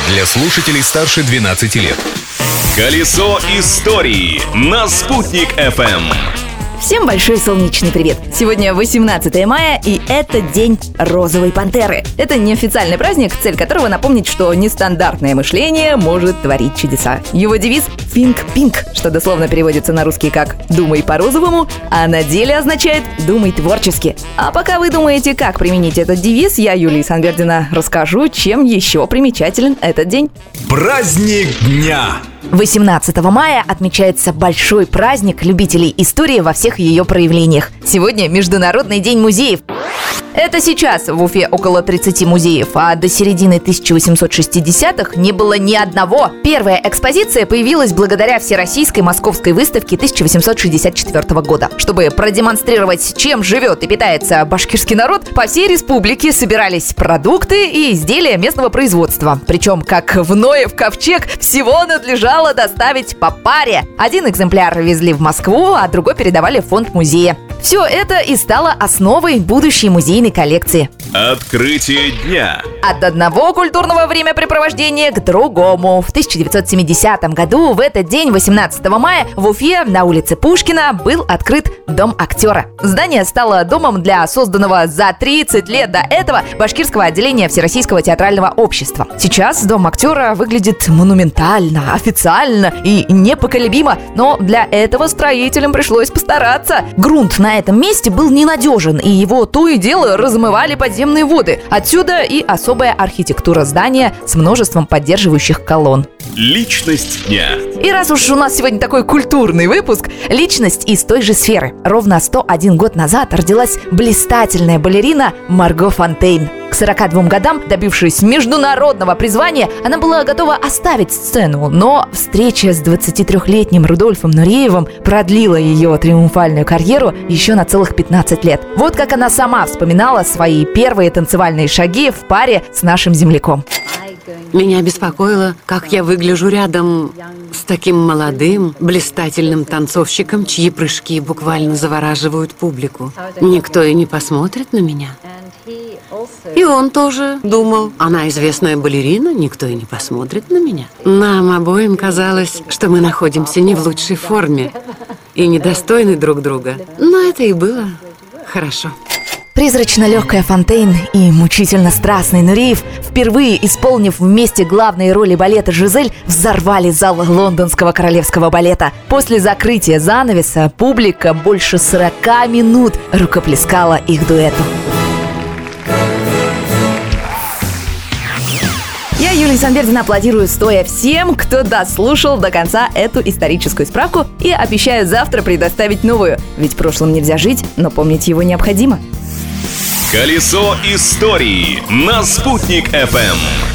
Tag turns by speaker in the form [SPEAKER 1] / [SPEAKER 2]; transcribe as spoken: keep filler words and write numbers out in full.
[SPEAKER 1] для слушателей старше двенадцати лет. Колесо истории на Спутник эф эм.
[SPEAKER 2] Всем большой солнечный привет! Сегодня восемнадцатое мая, и это день розовой пантеры. Это неофициальный праздник, цель которого напомнить, что нестандартное мышление может творить чудеса. Его девиз «Think Pink», что дословно переводится на русский как «думай по-розовому», а на деле означает «думай творчески». А пока вы думаете, как применить этот девиз, я, Юлия Сангвердина, расскажу, чем еще примечателен этот день.
[SPEAKER 1] Праздник дня!
[SPEAKER 2] восемнадцатого мая отмечается большой праздник любителей истории во всех ее проявлениях. Сегодня Международный день музеев. Это сейчас в Уфе около тридцати музеев, а до середины тысяча восемьсот шестидесятых не было ни одного. Первая экспозиция появилась благодаря Всероссийской московской выставке тысяча восемьсот шестьдесят четвёртого года. Чтобы продемонстрировать, чем живет и питается башкирский народ, по всей республике собирались продукты и изделия местного производства. Причем, как в Ноев ковчег, всего надлежало доставить по паре. Один экземпляр везли в Москву, а другой передавали в фонд музея. Все это и стало основой будущей музейной коллекции.
[SPEAKER 1] Открытие дня.
[SPEAKER 2] От одного культурного времяпрепровождения к другому. В тысяча девятьсот семидесятом году в этот день, восемнадцатого мая, в Уфе на улице Пушкина был открыт Дом актера. Здание стало домом для созданного за тридцать лет до этого башкирского отделения Всероссийского театрального общества. Сейчас Дом актера выглядит монументально, официально и непоколебимо, но для этого строителям пришлось постараться. Грунт на этом месте был ненадежен, и его то и дело размывали подземные воды. Отсюда и особая архитектура здания с множеством поддерживающих колонн.
[SPEAKER 1] Личность дня.
[SPEAKER 2] И раз уж у нас сегодня такой культурный выпуск, личность из той же сферы. Ровно сто один год назад родилась блистательная балерина Марго Фонтейн. К сорока двум годам, добившись международного призвания, она была готова оставить сцену, но встреча с двадцатитрёхлетним Рудольфом Нуреевым продлила ее триумфальную карьеру еще на целых пятнадцать лет. Вот как она сама вспоминала свои первые танцевальные шаги в паре с нашим земляком.
[SPEAKER 3] Меня беспокоило, как я выгляжу рядом с таким молодым, блистательным танцовщиком, чьи прыжки буквально завораживают публику. Никто и не посмотрит на меня. И он тоже думал, она известная балерина, никто и не посмотрит на меня. Нам обоим казалось, что мы находимся не в лучшей форме и недостойны друг друга. Но это и было хорошо.
[SPEAKER 2] Призрачно-легкая Фонтейн и мучительно страстный Нуреев, впервые исполнив вместе главные роли балета «Жизель», взорвали зал лондонского королевского балета. После закрытия занавеса публика больше сорока минут рукоплескала их дуэту. Я, Юлия Сангвердина, аплодирую стоя всем, кто дослушал до конца эту историческую справку, и обещаю завтра предоставить новую. Ведь прошлым нельзя жить, но помнить его необходимо.
[SPEAKER 1] Колесо истории на Спутник эф эм.